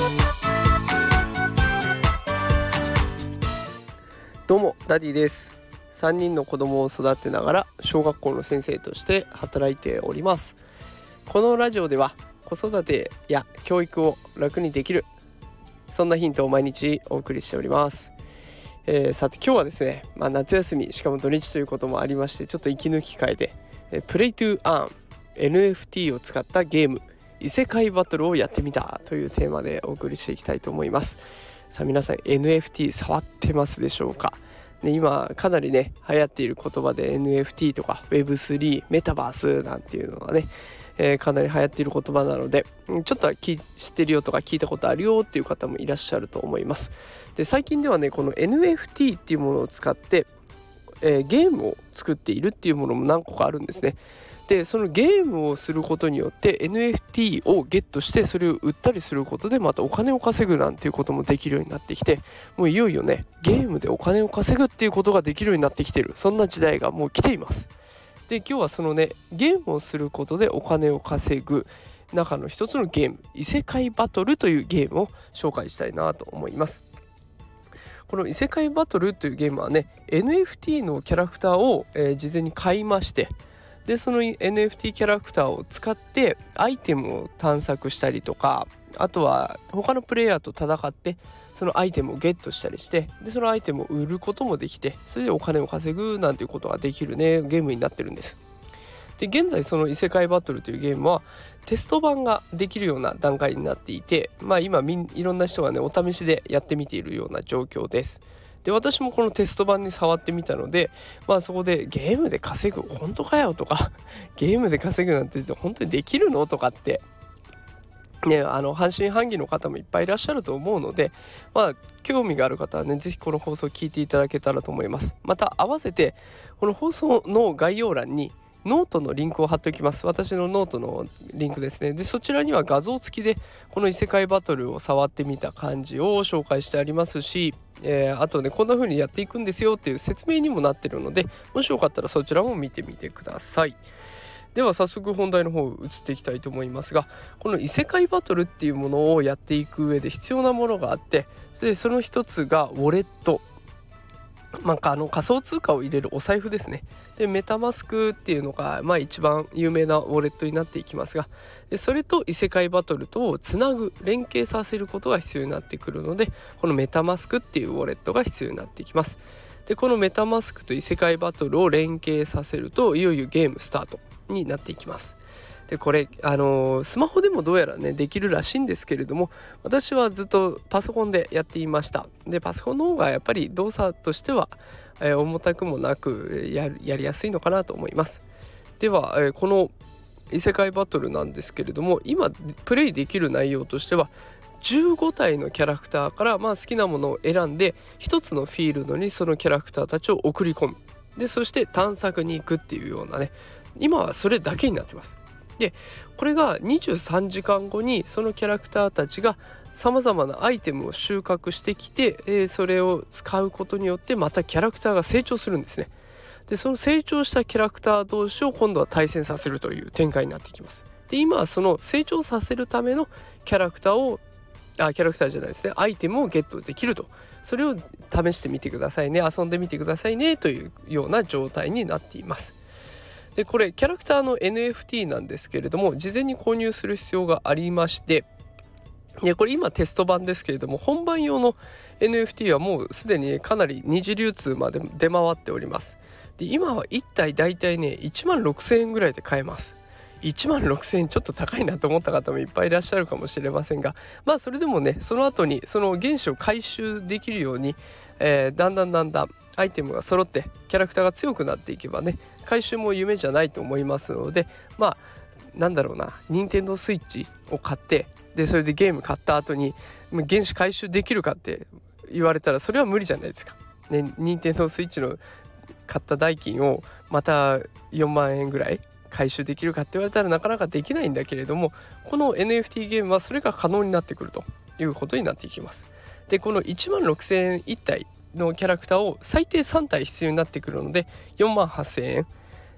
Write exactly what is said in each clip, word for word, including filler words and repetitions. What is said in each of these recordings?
どうもダディです。さんにんの子供を育てながら小学校の先生として働いております。このラジオでは子育てや教育を楽にできる、そんなヒントを毎日お送りしております。えー、さて今日はですね、まあ、夏休みしかも土日ということもありまして、ちょっと息抜き会でえー、プレイトゥーアーン エヌエフティー を使ったゲーム異世界バトルをやってみたというテーマでお送りしていきたいと思います。さあ皆さん エヌエフティー 触ってますでしょうか。ね、今かなりね流行っている言葉で エヌエフティー とか ウェブスリー メタバースなんていうのがね、えー、かなり流行っている言葉なので、ちょっとは知ってるよとか聞いたことあるよっていう方もいらっしゃると思います。で最近ではねこの エヌエフティー っていうものを使って、えー、ゲームを作っているっていうものも何個かあるんですね。でそのゲームをすることによって エヌエフティー をゲットしてそれを売ったりすることでまたお金を稼ぐなんていうこともできるようになってきて、もういよいよねゲームでお金を稼ぐっていうことができるようになってきてる、そんな時代がもう来ています。で今日はそのねゲームをすることでお金を稼ぐ中の一つのゲーム、異世界バトルというゲームを紹介したいなと思います。この異世界バトルというゲームはね エヌエフティー のキャラクターを、えー、事前に買いまして、でその エヌエフティー キャラクターを使ってアイテムを探索したりとか、あとは他のプレイヤーと戦ってそのアイテムをゲットしたりして、でそのアイテムを売ることもできて、それでお金を稼ぐなんていうことができるねゲームになってるんです。で現在その異世界バトルというゲームはテスト版ができるような段階になっていて、まあ今みんいろんな人がねお試しでやってみているような状況です。で私もこのテスト版に触ってみたので、まあそこでゲームで稼ぐ本当かよとかゲームで稼ぐなんて本当にできるのとかってね、あの半信半疑の方もいっぱいいらっしゃると思うので、まあ興味がある方はねぜひこの放送を聞いていただけたらと思います。また合わせてこの放送の概要欄にノートのリンクを貼っておきます。私のノートのリンクですね。でそちらには画像付きでこの異世界バトルを触ってみた感じを紹介してありますし、えー、あとねこんな風にやっていくんですよっていう説明にもなってるので、もしよかったらそちらも見てみてください。では早速本題の方移っていきたいと思いますが、この異世界バトルっていうものをやっていく上で必要なものがあって、でその一つがウォレット、まあ、あの仮想通貨を入れるお財布ですね。でメタマスクっていうのが、まあ、一番有名なウォレットになっていきますが、でそれと異世界バトルとをつなぐ連携させることが必要になってくるので、このメタマスクっていうウォレットが必要になってきます。でこのメタマスクと異世界バトルを連携させるといよいよゲームスタートになっていきます。でこれあのー、スマホでもどうやらねできるらしいんですけれども、私はずっとパソコンでやっていました。でパソコンの方がやっぱり動作としては、えー、重たくもなく や, やりやすいのかなと思います。では、えー、この異世界バトルなんですけれども、今プレイできる内容としてはじゅうごたいのキャラクターから、まあ、好きなものを選んで一つのフィールドにそのキャラクターたちを送り込む、でそして探索に行くっていうようなね、今はそれだけになってます。でこれがにじゅうさんじかんごにそのキャラクターたちがさまざまなアイテムを収穫してきて、えー、それを使うことによってまたキャラクターが成長するんですね。でその成長したキャラクター同士を今度は対戦させるという展開になってきます。で今はその成長させるためのキャラクターをあキャラクターじゃないですねアイテムをゲットできると、それを試してみてくださいね、遊んでみてくださいねというような状態になっています。でこれキャラクターの エヌエフティー なんですけれども、事前に購入する必要がありまして、でこれ今テスト版ですけれども、本番用の エヌエフティー はもうすでにかなり二次流通まで出回っております。で今はいったいだいたいねいちまんろくせんえんぐらいで買えます。いちまんろくせんえんちょっと高いなと思った方もいっぱいいらっしゃるかもしれませんが、まあそれでもねその後にその原資を回収できるように、えー、だんだんだんだんアイテムが揃ってキャラクターが強くなっていけばね、回収も夢じゃないと思いますので、まあなんだろうな、任天堂スイッチを買ってでそれでゲーム買った後に原資回収できるかって言われたらそれは無理じゃないですか、ね、任天堂スイッチの買った代金をまたよんまんえんぐらい回収できるかって言われたらなかなかできないんだけれども、この エヌエフティー ゲームはそれが可能になってくるということになっていきます。でこのいちまんろくせんえんいったいのキャラクターを最低さんたい必要になってくるのでよんまんはっせんえん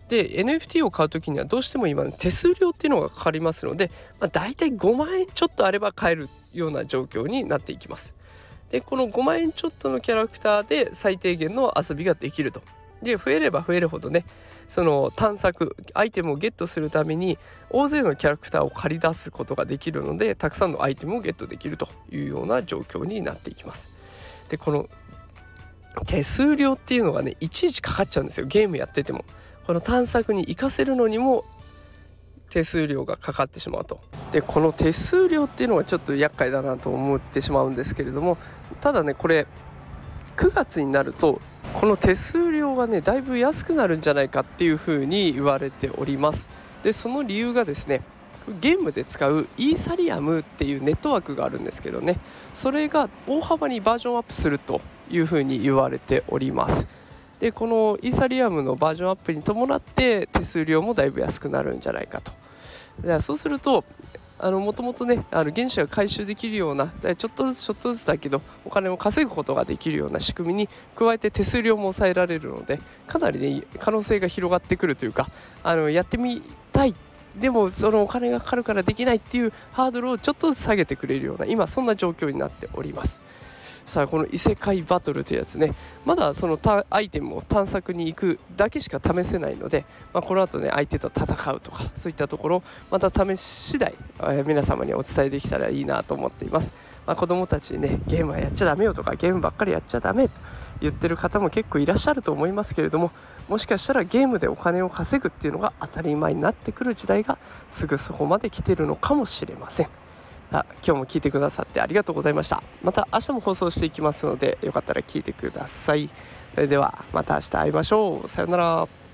で エヌエフティー を買うときにはどうしても今、ね、手数料っていうのがかかりますので、まあ、だいたいごまんえんちょっとあれば買えるような状況になっていきます。でこのごまんえんちょっとのキャラクターで最低限の遊びができると。で増えれば増えるほどね、その探索アイテムをゲットするために大勢のキャラクターを借り出すことができるので、たくさんのアイテムをゲットできるというような状況になっていきます。でこの手数料っていうのがね、いちいちかかっちゃうんですよ。ゲームやっててもこの探索に行かせるのにも手数料がかかってしまうと。でこの手数料っていうのはちょっと厄介だなと思ってしまうんですけれども、ただねこれくがつになるとこの手数料がねだいぶ安くなるんじゃないかっていうふうに言われております。でその理由がですね、ゲームで使うイーサリアムっていうネットワークがあるんですけどね、それが大幅にバージョンアップするというふうに言われております。でこのイーサリアムのバージョンアップに伴って手数料もだいぶ安くなるんじゃないかと。でそうするとあのもともとねあの原資が回収できるようなちょっとずつちょっとずつだけどお金を稼ぐことができるような仕組みに加えて手数料も抑えられるので、かなりね可能性が広がってくるというか、あのやってみたいでもそのお金がかかるからできないっていうハードルをちょっとずつ下げてくれるような今そんな状況になっております。さあこの異世界バトルというやつね、まだそのアイテムを探索に行くだけしか試せないので、まあ、この後ね相手と戦うとかそういったところまた試し次第、えー、皆様にお伝えできたらいいなと思っています。まあ、子供たちにねゲームはやっちゃダメよとかゲームばっかりやっちゃダメと言ってる方も結構いらっしゃると思いますけれども、もしかしたらゲームでお金を稼ぐっていうのが当たり前になってくる時代がすぐそこまで来てるのかもしれません。あ今日も聞いてくださってありがとうございました。また明日も放送していきますのでよかったら聞いてください。それではまた明日会いましょう。さよなら。